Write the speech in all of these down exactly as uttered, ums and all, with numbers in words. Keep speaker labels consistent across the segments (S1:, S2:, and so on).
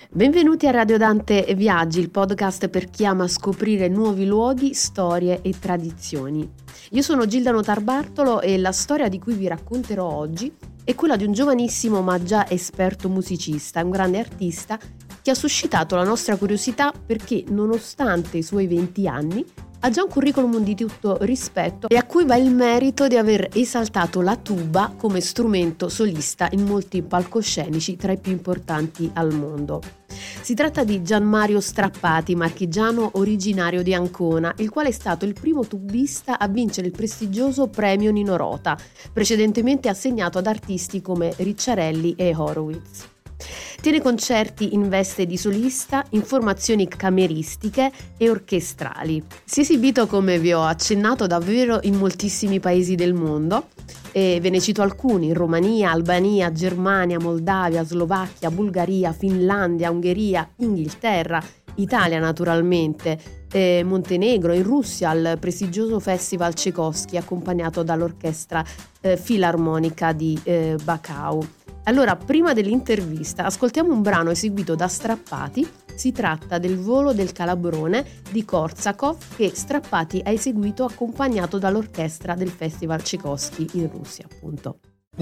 S1: Benvenuti a Radio Dante Viaggi, il podcast per chi ama scoprire nuovi luoghi, storie e tradizioni. Io sono Gilda Notarbartolo e la storia di cui vi racconterò oggi è quella di un giovanissimo ma già esperto musicista, un grande artista che ha suscitato la nostra curiosità perché, nonostante i suoi venti anni, ha già un curriculum di tutto rispetto e a cui va il merito di aver esaltato la tuba come strumento solista in molti palcoscenici tra i più importanti al mondo. Si tratta di Gianmario Strappati, marchigiano originario di Ancona, il quale è stato il primo tubista a vincere il prestigioso premio Nino Rota, precedentemente assegnato ad artisti come Ricciarelli e Horowitz. Tiene concerti in veste di solista, in formazioni cameristiche e orchestrali. Si è esibito, come vi ho accennato, davvero in moltissimi paesi del mondo. E ve ne cito alcuni: Romania, Albania, Germania, Moldavia, Slovacchia, Bulgaria, Finlandia, Ungheria, Inghilterra, Italia naturalmente, eh, Montenegro, in Russia al prestigioso Festival Tchaikovsky accompagnato dall'orchestra eh, filarmonica di eh, Bacău. Allora, prima dell'intervista, ascoltiamo un brano eseguito da Strappati. Si tratta del Volo del Calabrone di Korsakov, che Strappati ha eseguito accompagnato dall'orchestra del Festival Tchaikovsky in Russia, appunto.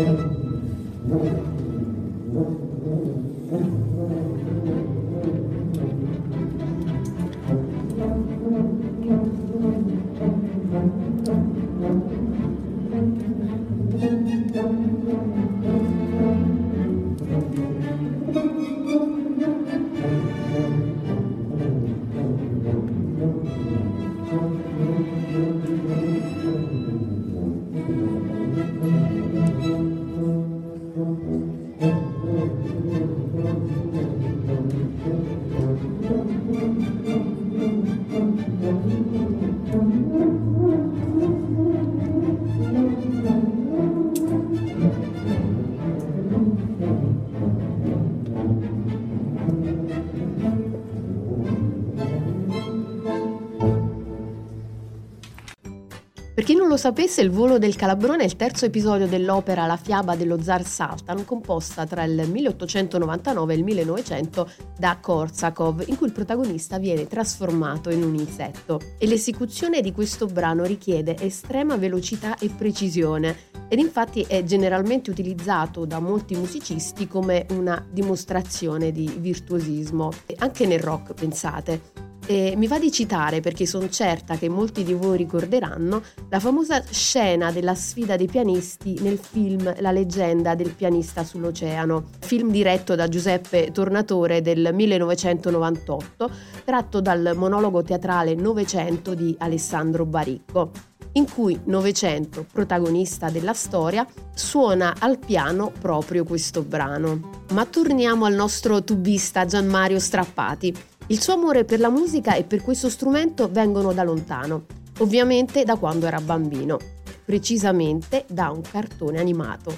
S1: Per chi non lo sapesse, Il Volo del Calabrone è il terzo episodio dell'opera La fiaba dello zar Sultan, composta tra il milleottocentonovantanove e il millenovecento da Korsakov, in cui il protagonista viene trasformato in un insetto. E l'esecuzione di questo brano richiede estrema velocità e precisione, ed infatti è generalmente utilizzato da molti musicisti come una dimostrazione di virtuosismo, anche nel rock, pensate. E mi va di citare, perché sono certa che molti di voi ricorderanno, la famosa scena della sfida dei pianisti nel film La leggenda del pianista sull'oceano, film diretto da Giuseppe Tornatore del millenovecentonovantotto, tratto dal monologo teatrale Novecento di Alessandro Baricco, in cui Novecento, protagonista della storia, suona al piano proprio questo brano. Ma torniamo al nostro tubista Gianmario Strappati. Il suo amore per la musica e per questo strumento vengono da lontano, ovviamente da quando era bambino, precisamente da un cartone animato.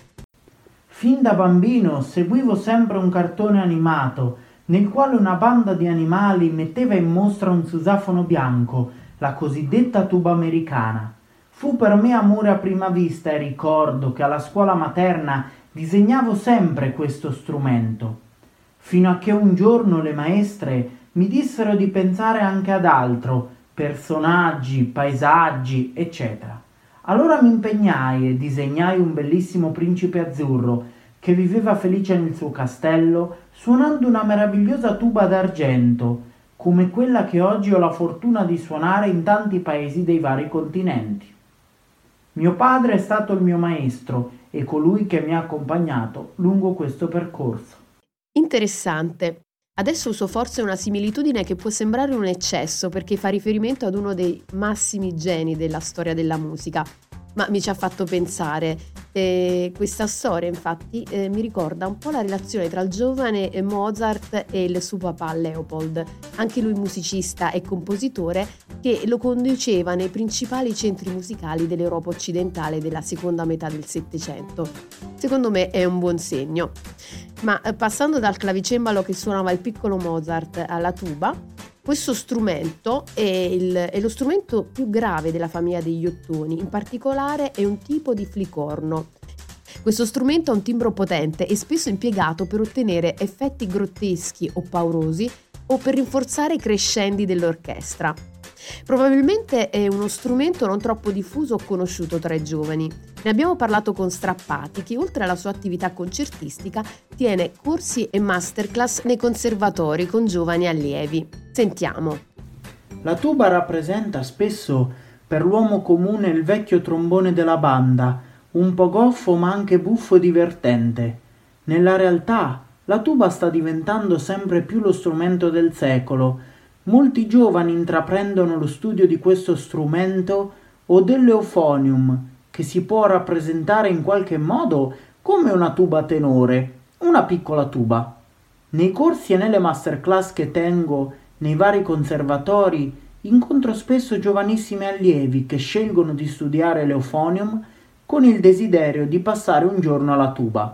S2: Fin da bambino seguivo sempre un cartone animato, nel quale una banda di animali metteva in mostra un susafono bianco, la cosiddetta tuba americana. Fu per me amore a prima vista e ricordo che alla scuola materna disegnavo sempre questo strumento, fino a che un giorno le maestre mi dissero di pensare anche ad altro, personaggi, paesaggi, eccetera. Allora mi impegnai e disegnai un bellissimo principe azzurro che viveva felice nel suo castello suonando una meravigliosa tuba d'argento, come quella che oggi ho la fortuna di suonare in tanti paesi dei vari continenti. Mio padre è stato il mio maestro e colui che mi ha accompagnato lungo questo percorso.
S1: Interessante. Adesso uso forse una similitudine che può sembrare un eccesso perché fa riferimento ad uno dei massimi geni della storia della musica, ma mi ci ha fatto pensare. E questa storia infatti eh, mi ricorda un po' la relazione tra il giovane Mozart e il suo papà Leopold, anche lui musicista e compositore, che lo conduceva nei principali centri musicali dell'Europa occidentale della seconda metà del Settecento. Secondo me è un buon segno. Ma eh, passando dal clavicembalo che suonava il piccolo Mozart alla tuba, questo strumento è, il, è lo strumento più grave della famiglia degli ottoni, in particolare è un tipo di flicorno. Questo strumento ha un timbro potente e spesso impiegato per ottenere effetti grotteschi o paurosi o per rinforzare i crescendi dell'orchestra. Probabilmente è uno strumento non troppo diffuso o conosciuto tra i giovani. Ne abbiamo parlato con Strappati, che oltre alla sua attività concertistica tiene corsi e masterclass nei conservatori con giovani allievi. Sentiamo.
S2: La tuba rappresenta spesso per l'uomo comune il vecchio trombone della banda, un po' goffo ma anche buffo e divertente. Nella realtà, la tuba sta diventando sempre più lo strumento del secolo. Molti giovani intraprendono lo studio di questo strumento o dell'euphonium, che si può rappresentare in qualche modo come una tuba tenore, una piccola tuba. Nei corsi e nelle masterclass che tengo nei vari conservatori incontro spesso giovanissimi allievi che scelgono di studiare l'euphonium con il desiderio di passare un giorno alla tuba.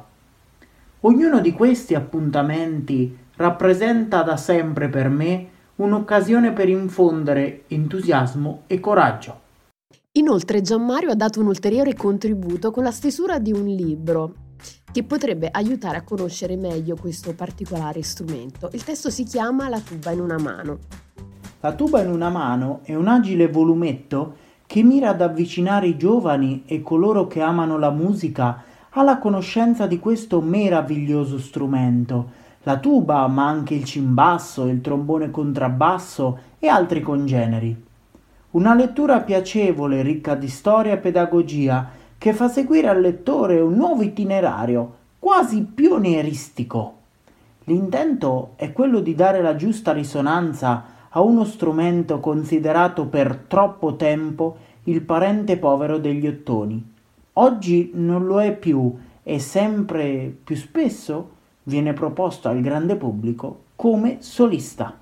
S2: Ognuno di questi appuntamenti rappresenta da sempre per me un'occasione per infondere entusiasmo e coraggio.
S1: Inoltre Gianmario ha dato un ulteriore contributo con la stesura di un libro che potrebbe aiutare a conoscere meglio questo particolare strumento. Il testo si chiama La tuba in una mano.
S2: La tuba in una mano è un agile volumetto che mira ad avvicinare i giovani e coloro che amano la musica alla conoscenza di questo meraviglioso strumento. La tuba, ma anche il cimbasso, il trombone contrabbasso e altri congeneri. Una lettura piacevole, ricca di storia e pedagogia, che fa seguire al lettore un nuovo itinerario, quasi pionieristico. L'intento è quello di dare la giusta risonanza a uno strumento considerato per troppo tempo il parente povero degli ottoni. Oggi non lo è più e sempre più spesso viene proposto al grande pubblico come solista.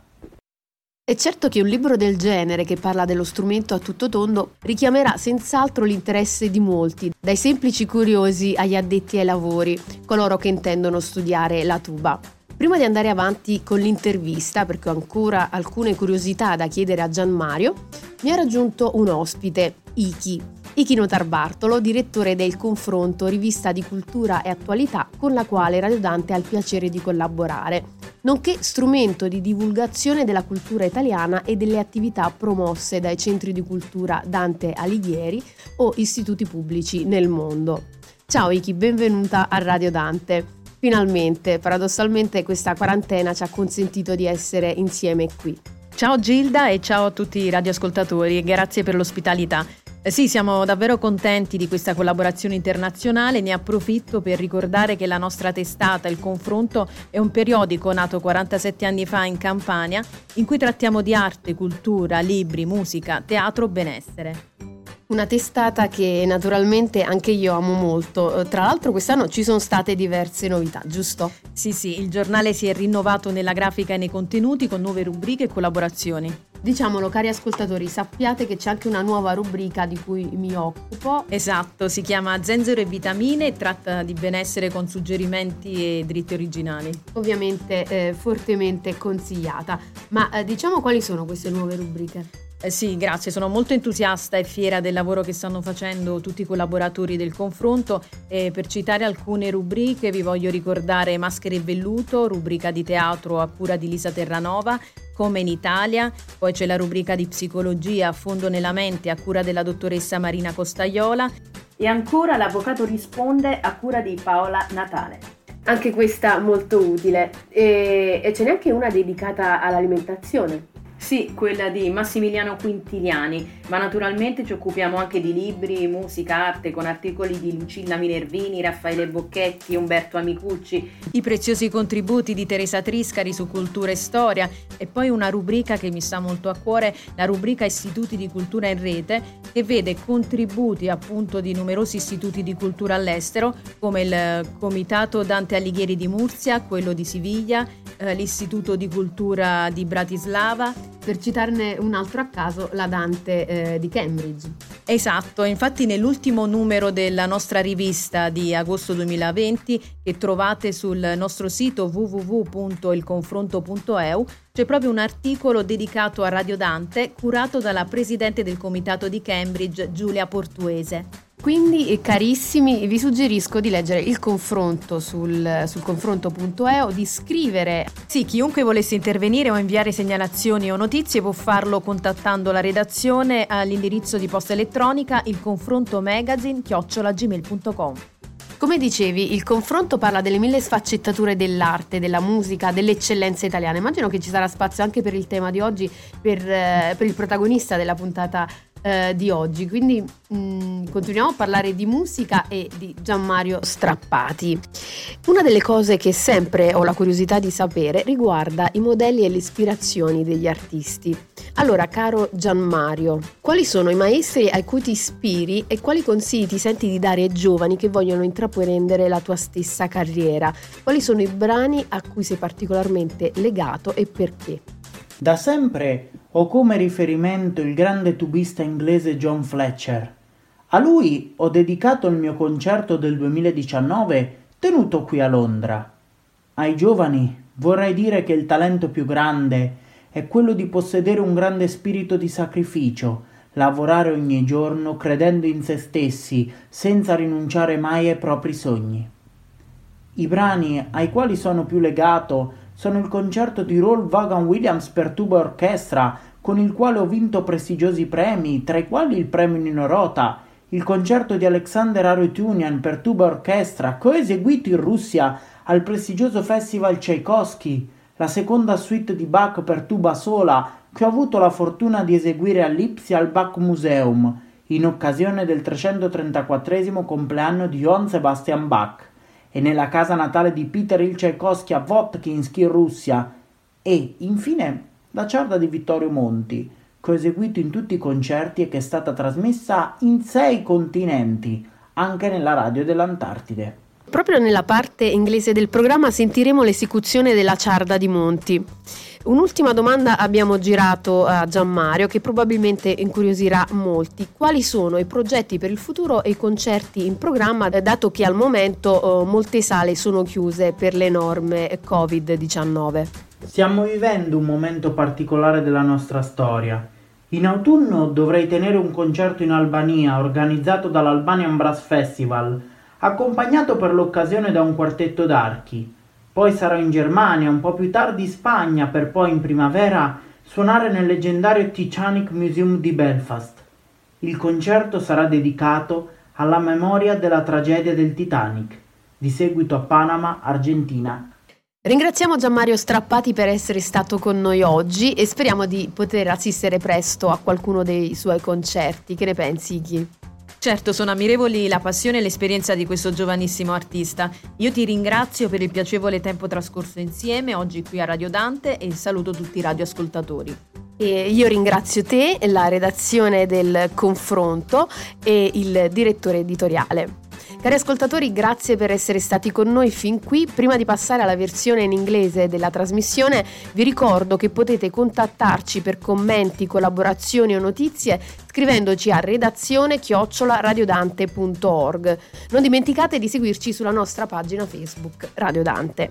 S1: È certo che un libro del genere, che parla dello strumento a tutto tondo, richiamerà senz'altro l'interesse di molti, dai semplici curiosi agli addetti ai lavori, coloro che intendono studiare la tuba. Prima di andare avanti con l'intervista, perché ho ancora alcune curiosità da chiedere a Gianmario, mi ha raggiunto un ospite, Iki. Iki Notarbartolo, direttore del Confronto, rivista di cultura e attualità con la quale Radio Dante ha il piacere di collaborare, nonché strumento di divulgazione della cultura italiana e delle attività promosse dai centri di cultura Dante Alighieri o istituti pubblici nel mondo. Ciao Iki, benvenuta a Radio Dante. Finalmente, paradossalmente, questa quarantena ci ha consentito di essere insieme qui.
S3: Ciao Gilda e ciao a tutti i radioascoltatori, grazie per l'ospitalità. Eh sì, siamo davvero contenti di questa collaborazione internazionale. Ne approfitto per ricordare che la nostra testata, Il Confronto, è un periodico nato quarantasette anni fa in Campania, in cui trattiamo di arte, cultura, libri, musica, teatro, benessere.
S1: Una testata che naturalmente anche io amo molto. Tra l'altro quest'anno ci sono state diverse novità, giusto?
S3: Sì, sì, il giornale si è rinnovato nella grafica e nei contenuti con nuove rubriche e collaborazioni.
S1: Diciamolo, cari ascoltatori, sappiate che c'è anche una nuova rubrica di cui mi occupo.
S3: Esatto, si chiama Zenzero e Vitamine e tratta di benessere con suggerimenti e dritti originali.
S1: Ovviamente eh, fortemente consigliata. Ma eh, diciamo quali sono queste nuove rubriche?
S3: Eh sì, grazie, sono molto entusiasta e fiera del lavoro che stanno facendo tutti i collaboratori del Confronto e per citare alcune rubriche vi voglio ricordare Maschere e Velluto, rubrica di teatro a cura di Lisa Terranova, Come in Italia, poi c'è la rubrica di psicologia a fondo nella mente a cura della dottoressa Marina Costaiola
S4: e ancora L'Avvocato risponde a cura di Paola Natale.
S1: Anche questa molto utile e, e ce n'è anche una dedicata all'alimentazione.
S4: Sì, quella di Massimiliano Quintiliani, ma naturalmente ci occupiamo anche di libri, musica, arte, con articoli di Lucilla Minervini, Raffaele Bocchetti, Umberto Amicucci.
S3: I preziosi contributi di Teresa Triscari su cultura e storia e poi una rubrica che mi sta molto a cuore, la rubrica Istituti di Cultura in Rete, che vede contributi appunto di numerosi istituti di cultura all'estero, come il Comitato Dante Alighieri di Murcia, quello di Siviglia, eh, l'Istituto di Cultura di Bratislava,
S1: per citarne un altro a caso, la Dante eh, di Cambridge.
S3: Esatto, infatti nell'ultimo numero della nostra rivista di agosto duemilaventi, che trovate sul nostro sito w w w punto il confronto punto e u, c'è proprio un articolo dedicato a Radio Dante, curato dalla presidente del comitato di Cambridge, Giulia Portuese.
S1: Quindi, carissimi, vi suggerisco di leggere il confronto sul, sul confronto punto e o, di scrivere.
S3: Sì, chiunque volesse intervenire o inviare segnalazioni o notizie può farlo contattando la redazione all'indirizzo di posta elettronica ilconfrontomagazine chiocciola gmail punto com.
S1: Come dicevi, il confronto parla delle mille sfaccettature dell'arte, della musica, dell'eccellenza italiana. Immagino che ci sarà spazio anche per il tema di oggi, per, eh, per il protagonista della puntata eh, di oggi. Quindi mh, continuiamo a parlare di musica e di Gianmario Strappati. Una delle cose che sempre ho la curiosità di sapere riguarda i modelli e le ispirazioni degli artisti. Allora, caro Gianmario, quali sono i maestri a cui ti ispiri e quali consigli ti senti di dare ai giovani che vogliono intraprendere la tua stessa carriera? Quali sono i brani a cui sei particolarmente legato e perché?
S2: Da sempre ho come riferimento il grande tubista inglese John Fletcher. A lui ho dedicato il mio concerto del duemiladiciannove tenuto qui a Londra. Ai giovani vorrei dire che il talento più grande è quello di possedere un grande spirito di sacrificio, lavorare ogni giorno credendo in se stessi, senza rinunciare mai ai propri sogni. I brani ai quali sono più legato sono il concerto di Rolf Vaughan Williams per tuba e orchestra, con il quale ho vinto prestigiosi premi, tra i quali il premio Nino Rota, il concerto di Alexander Arutyunian per tuba e orchestra, coeseguito in Russia al prestigioso festival Tchaikovsky, la seconda suite di Bach per tuba sola che ho avuto la fortuna di eseguire a Lipsia al Bach Museum in occasione del trecentotrentaquattresimo compleanno di Johann Sebastian Bach, e nella casa natale di Peter Il Tchaikovsky a Votkinsk in Russia, e infine la ciarda di Vittorio Monti che ho eseguito in tutti i concerti e che è stata trasmessa in sei continenti, anche nella radio dell'Antartide.
S1: Proprio nella parte inglese del programma sentiremo l'esecuzione della ciarda di Monti. Un'ultima domanda abbiamo girato a Gianmario, che probabilmente incuriosirà molti. Quali sono i progetti per il futuro e i concerti in programma, dato che al momento eh, molte sale sono chiuse per le norme covid diciannove?
S2: Stiamo vivendo un momento particolare della nostra storia. In autunno dovrei tenere un concerto in Albania organizzato dall'Albanian Brass Festival, accompagnato per l'occasione da un quartetto d'archi. Poi sarò in Germania, un po' più tardi in Spagna, per poi in primavera suonare nel leggendario Titanic Museum di Belfast. Il concerto sarà dedicato alla memoria della tragedia del Titanic, di seguito a Panama, Argentina.
S1: Ringraziamo Gianmario Strappati per essere stato con noi oggi e speriamo di poter assistere presto a qualcuno dei suoi concerti. Che ne pensi, Chi?
S3: Certo, sono ammirevoli la passione e l'esperienza di questo giovanissimo artista. Io ti ringrazio per il piacevole tempo trascorso insieme oggi qui a Radio Dante e saluto tutti i radioascoltatori.
S1: E io ringrazio te, la redazione del Confronto e il direttore editoriale. Cari ascoltatori, grazie per essere stati con noi fin qui. Prima di passare alla versione in inglese della trasmissione, vi ricordo che potete contattarci per commenti, collaborazioni o notizie scrivendoci a redazione chiocciola radiodante punto org. Non dimenticate di seguirci sulla nostra pagina Facebook Radio Dante.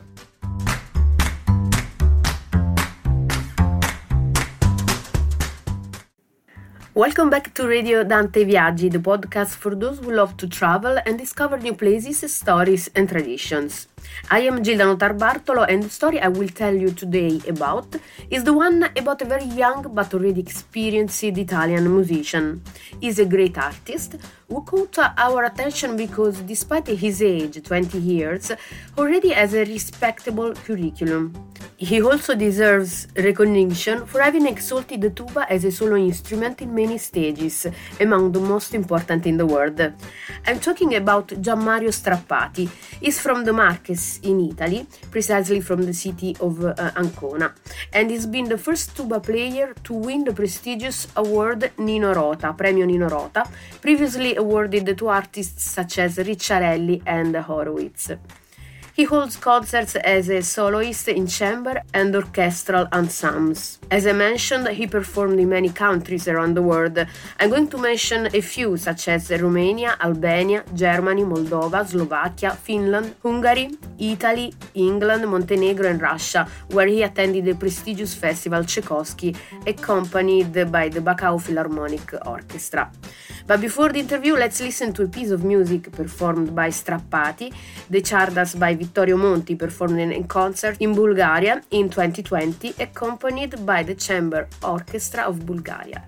S1: Welcome back to Radio Dante Viaggi, the podcast for those who love to travel and discover new places, stories and traditions. I am Gilda Notarbartolo, and the story I will tell you today about is the one about a very young but already experienced Italian musician. He's a great artist who caught our attention because despite his age, twenty years, already has a respectable curriculum. He also deserves recognition for having exalted the tuba as a solo instrument in many stages, among the most important in the world. I'm talking about Gianmario Strappati. He's from the Marches in Italy, precisely from the city of uh, Ancona, and he's been the first tuba player to win the prestigious award Nino Rota, Premio Nino Rota, previously awarded to artists such as Ricciarelli and Horowitz. He holds concerts as a soloist in chamber and orchestral ensembles. As I mentioned, he performed in many countries around the world. I'm going to mention a few, such as Romania, Albania, Germany, Moldova, Slovakia, Finland, Hungary, Italy, England, Montenegro and Russia, where he attended the prestigious festival Tchaikovsky, accompanied by the Bacao Philharmonic Orchestra. But before the interview, let's listen to a piece of music performed by Strappati, the Czardas by Vittorio Monti, performed in a concert in Bulgaria in twenty twenty, accompanied by the Chamber Orchestra of Bulgaria.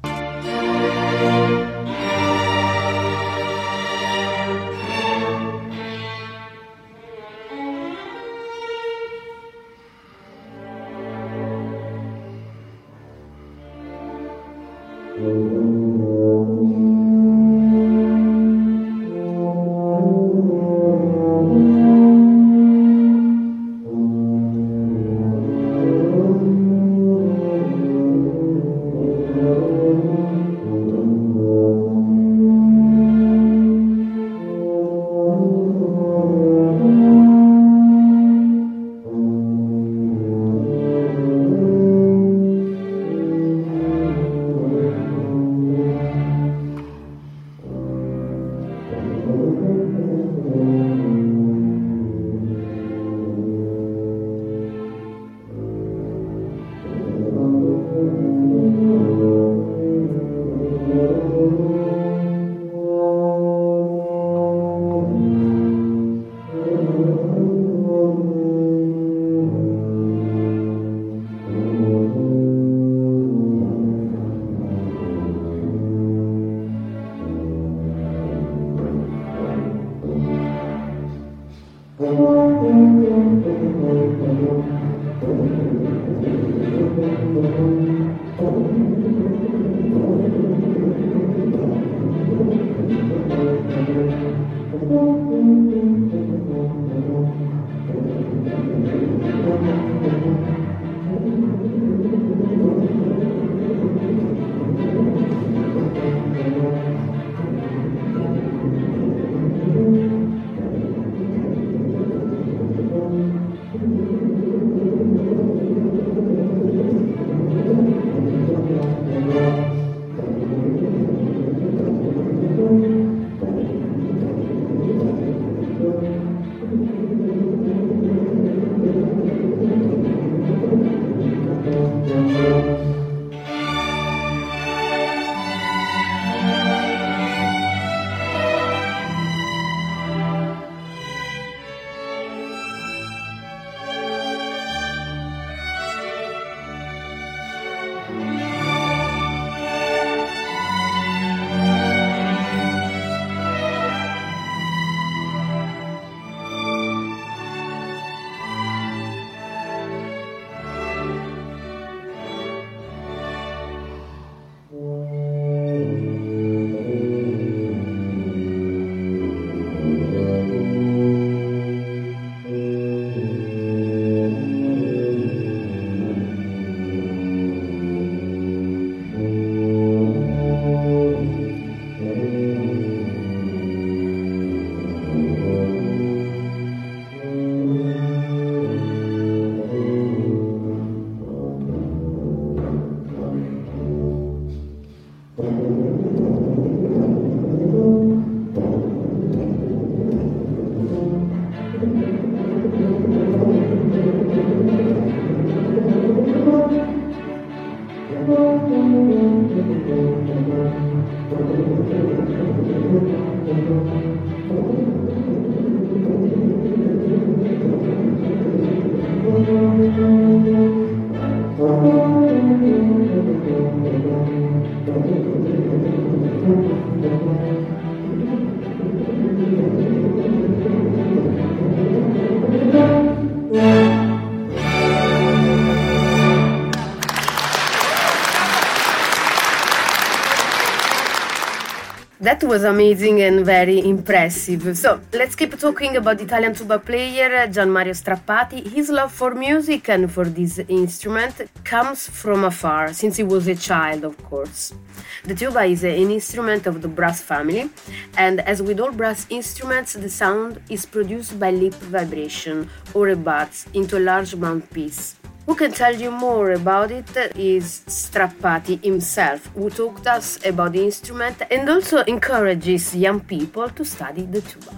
S1: That was amazing and very impressive. So let's keep talking about the Italian tuba player Gian Mario Strappati. His love for music and for this instrument comes from afar, since he was a child, of course. The tuba is an instrument of the brass family, and as with all brass instruments, the sound is produced by lip vibration or a buzz into a large mouthpiece. Who can tell you more about it is Strappati himself, who talked to us about the instrument and also encourages young people to study the tuba.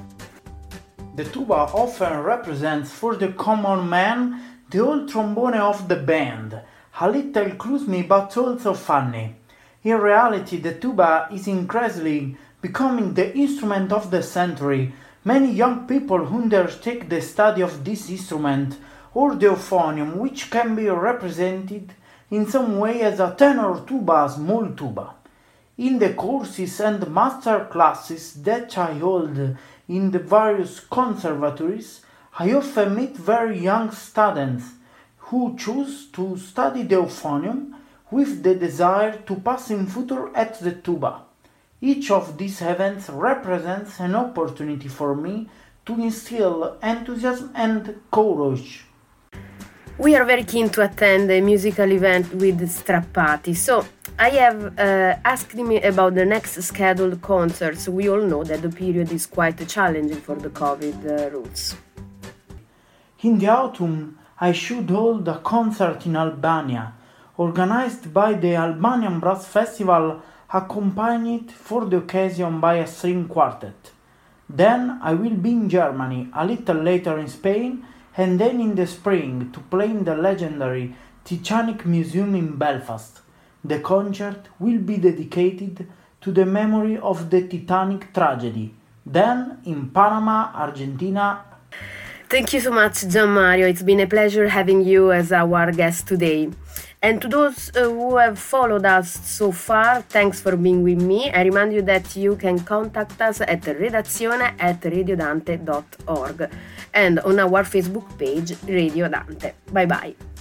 S2: The tuba often represents for the common man the old trombone of the band, a little clumsy but also funny. In reality, the tuba is increasingly becoming the instrument of the century. Many young people undertake the study of this instrument, or the euphonium, which can be represented in some way as a tenor tuba, a small tuba. In the courses and master classes that I hold in the various conservatories, I often meet very young students who choose to study the euphonium with the desire to pass in future at the tuba. Each of these events represents an opportunity for me to instill enthusiasm and courage.
S1: We are very keen to attend a musical event with Strappati, so I have uh, asked him about the next scheduled concerts. We all know that the period is quite challenging for the COVID uh, rules.
S2: In the autumn, I should hold a concert in Albania, organized by the Albanian Brass Festival, accompanied for the occasion by a string quartet. Then I will be in Germany, a little later in Spain, and then in the spring to play in the legendary Titanic Museum in Belfast. The concert will be dedicated to the memory of the Titanic tragedy. Then in Panama, Argentina.
S1: Thank you so much, Gian Mario. It's been a pleasure having you as our guest today. And to those uh, who have followed us so far, thanks for being with me. I remind you that you can contact us at redazione at radiodante dot org and on our Facebook page, Radio Dante. Bye bye.